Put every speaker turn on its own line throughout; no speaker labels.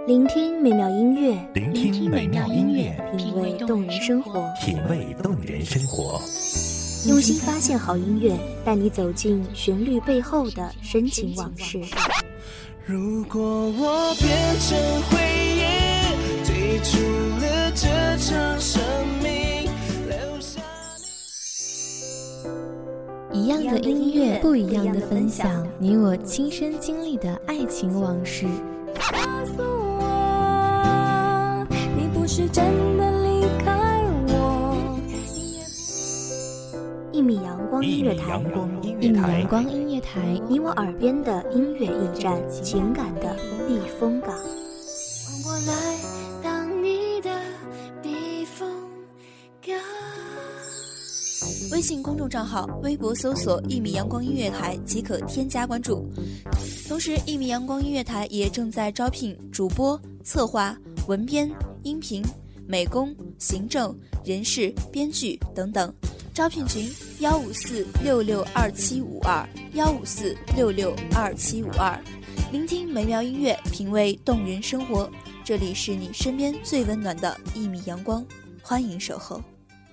聆听美妙音乐，
品味动人生活，
用心发现好音乐，带你走进旋律背后的深情往事。
如果我变成回忆，退出了这场生命，留下
一样的音乐，不一样的分享，你我亲身经历的爱情往事。
告诉我，你不是真的离开我。
一米阳光音乐台，你我耳边的音乐驿站，情感的避风港。
我来当你的避风港。
微信公众账号、微博搜索“一米阳光音乐台”即可添加关注。同时，一米阳光音乐台也正在招聘主播、策划、文编、音频、美工、行政、人事、编剧等等。招聘群154662752，154662752。聆听美妙音乐，品味动人生活。这里是你身边最温暖的一米阳光，欢迎守候。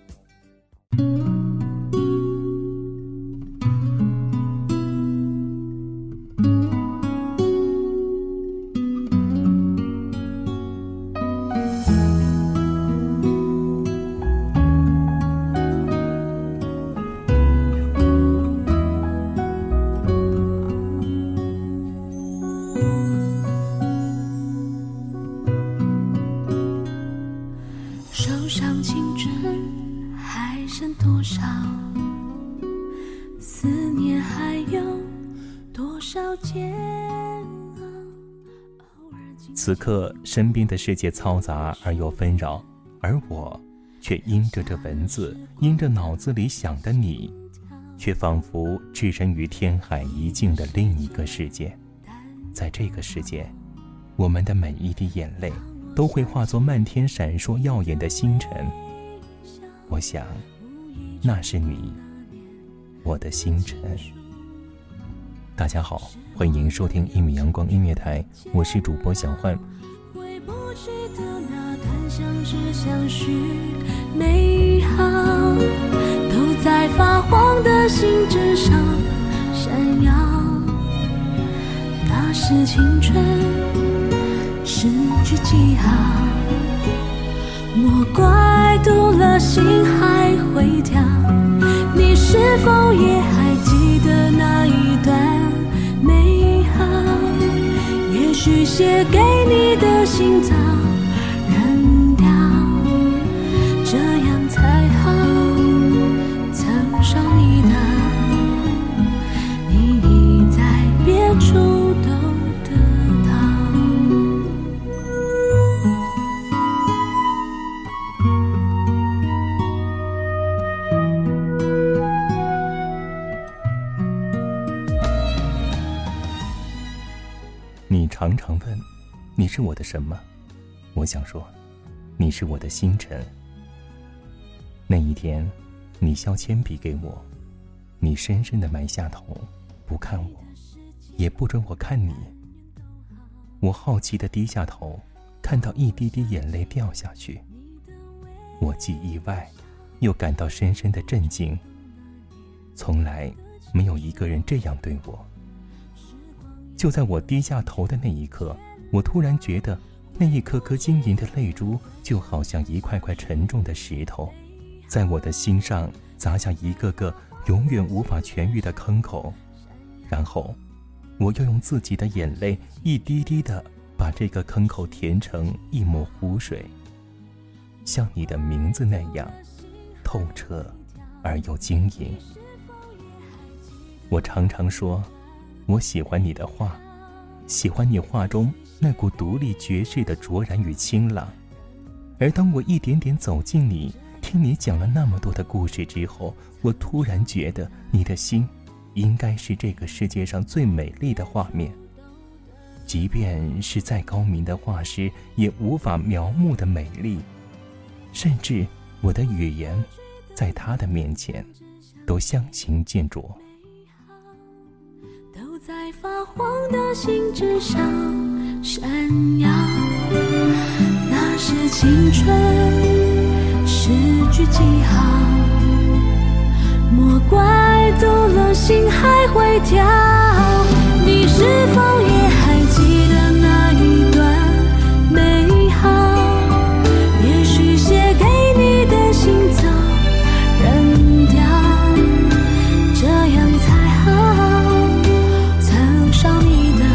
此刻身边的世界嘈杂而又纷扰，而我却因着这文字，因着脑子里想的你，却仿佛置身于天海一境的另一个世界。在这个世界，我们的每一滴眼泪都会化作漫天闪烁耀眼的星辰。我想那是你，我的星辰。大家好，欢迎收听一米阳光音乐台，我是主播小焕。
回不去的那段相知相许美好，都在发黄的信纸上闪耀。那是青春失去记号，莫怪读了心还会跳。你是否也还记得那一段美好？也许写给你的信早扔掉，这样才好。曾伤你的，你已在别处都得到。
你常常问，你是我的什么？我想说，你是我的星辰。那一天，你削铅笔给我，你深深地埋下头，不看我，也不准我看你。我好奇地低下头，看到一滴滴眼泪掉下去。我既意外，又感到深深的震惊。从来没有一个人这样对我。就在我低下头的那一刻，我突然觉得那一颗颗晶莹的泪珠就好像一块块沉重的石头，在我的心上砸下一个个永远无法痊愈的坑口。然后我又用自己的眼泪一滴滴地把这个坑口填成一抹湖水，像你的名字那样透彻而又晶莹。我常常说，我喜欢你的画，喜欢你画中那股独立绝世的卓然与清朗。而当我一点点走近你，听你讲了那么多的故事之后，我突然觉得你的心应该是这个世界上最美丽的画面，即便是再高明的画师也无法描摹的美丽，甚至我的语言在他的面前都相形见绌。
都在发黄的信纸上闪耀。 那是青春诗句记号，莫怪读了心还会跳。你是否也还记得那一段美好？也许写给你的信早扔掉，这样才好。曾伤你的，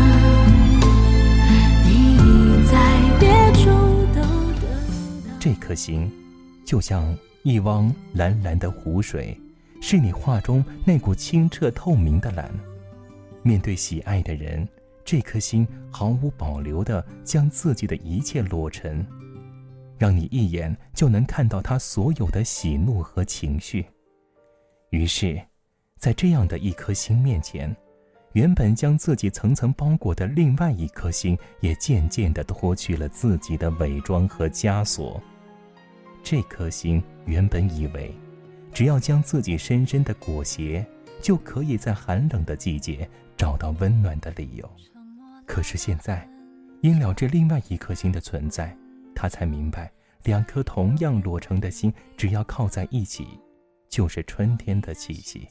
你已在别处都得到。
这颗心就像一汪蓝蓝的湖水，是你画中那股清澈透明的蓝。面对喜爱的人，这颗心毫无保留地将自己的一切裸陈，让你一眼就能看到他所有的喜怒和情绪。于是，在这样的一颗心面前，原本将自己层层包裹的另外一颗心也渐渐地脱去了自己的伪装和枷锁。这颗心原本以为，只要将自己深深地裹挟，就可以在寒冷的季节找到温暖的理由。可是现在，因了这另外一颗心的存在，他才明白，两颗同样裸成的心，只要靠在一起，就是春天的气息。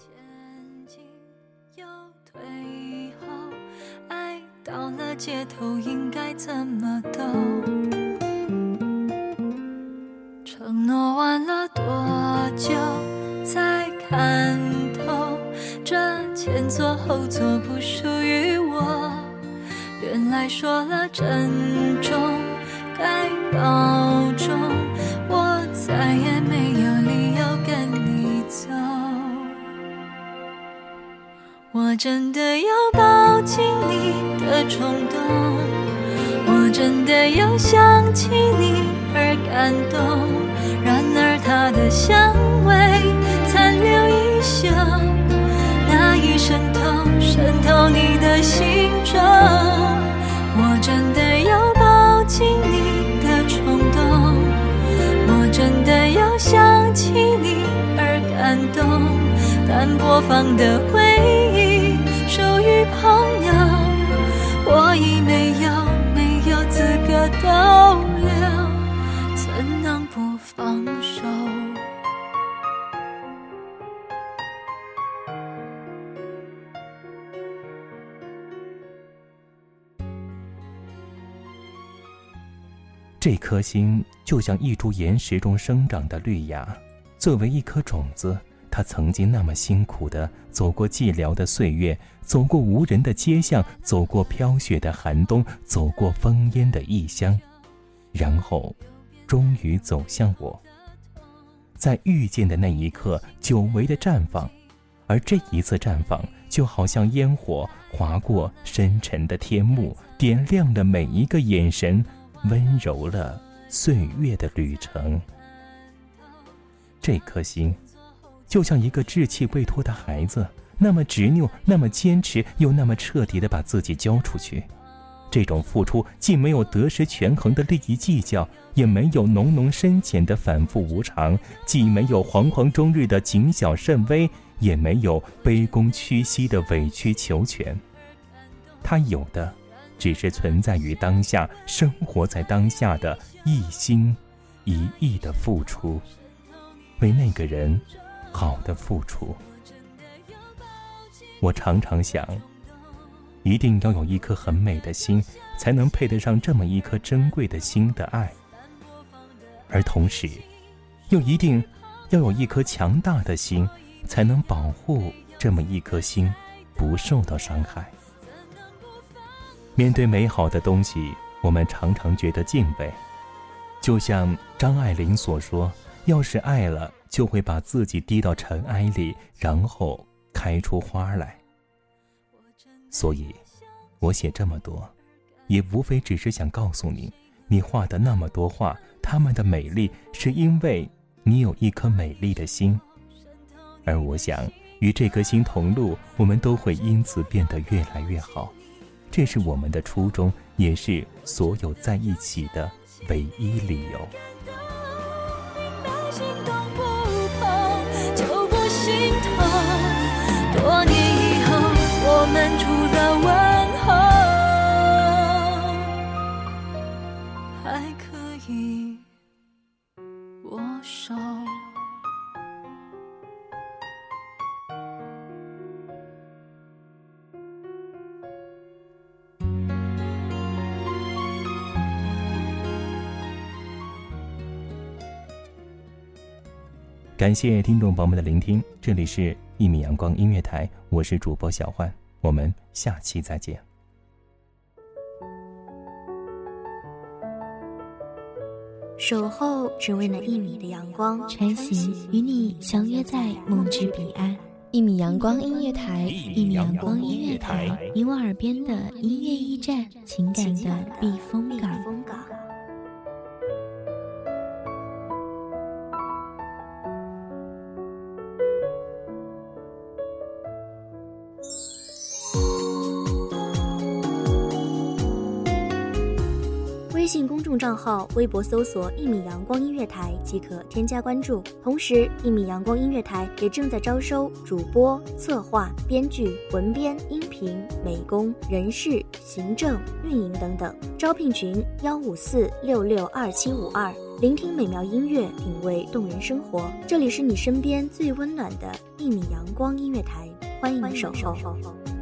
爱到了街头应该怎么走？承诺完了多久才看透？这前座后座不属于我，原来说了珍重该保重，我再也没有理由跟你走。我真的要抱紧你的冲动，我真的要想起你而感动，然而它的香味残留一宿，那一渗透你的心中。我真的要抱紧你的冲动，我真的要想起你而感动，但播放的回忆属于朋友，我已没有资格逗留，怎能不放手？
这颗心就像一株岩石中生长的绿芽，作为一颗种子，它曾经那么辛苦地走过寂寥的岁月，走过无人的街巷，走过飘雪的寒冬，走过烽烟的异乡，然后终于走向我。在遇见的那一刻，久违的绽放，而这一次绽放就好像烟火划过深沉的天幕，点亮了每一个眼神，温柔了岁月的旅程。这颗心就像一个稚气未脱的孩子，那么执拗，那么坚持，又那么彻底地把自己交出去。这种付出既没有得失权衡的利益计较，也没有浓浓深浅的反复无常，既没有惶惶终日的谨小慎微，也没有卑躬屈膝的委曲求全。它有的只是存在于当下，生活在当下的一心一意的付出，为那个人好的付出。我常常想，一定要有一颗很美的心，才能配得上这么一颗珍贵的心的爱，而同时又一定要有一颗强大的心，才能保护这么一颗心不受到伤害。面对美好的东西，我们常常觉得敬畏，就像张爱玲所说，要是爱了，就会把自己滴到尘埃里，然后开出花来。所以我写这么多，也无非只是想告诉你，你画的那么多画，它们的美丽是因为你有一颗美丽的心。而我想与这颗心同路，我们都会因此变得越来越好。这是我们的初衷，也是所有在一起的唯一理由。
心动不碰，就不心痛。多年以后，我们除了问候， 意握手。
感谢听众朋友们的聆听，这里是一米阳光音乐台，我是主播小焕，我们下期再见。
守候只为那1米的阳光，
穿行与你相约在梦之彼岸。1米阳光音乐台，1米阳光音乐台，你我耳边的音乐驿站，情感的避风港。
微信公众账号、微博搜索1米阳光音乐台即可添加关注。同时，1米阳光音乐台也正在招收主播、策划、编剧、文编、音频、美工、人事、行政、运营等等。招聘群154662752。聆听美妙音乐，品味动人生活。这里是你身边最温暖的1米阳光音乐台，欢迎守候。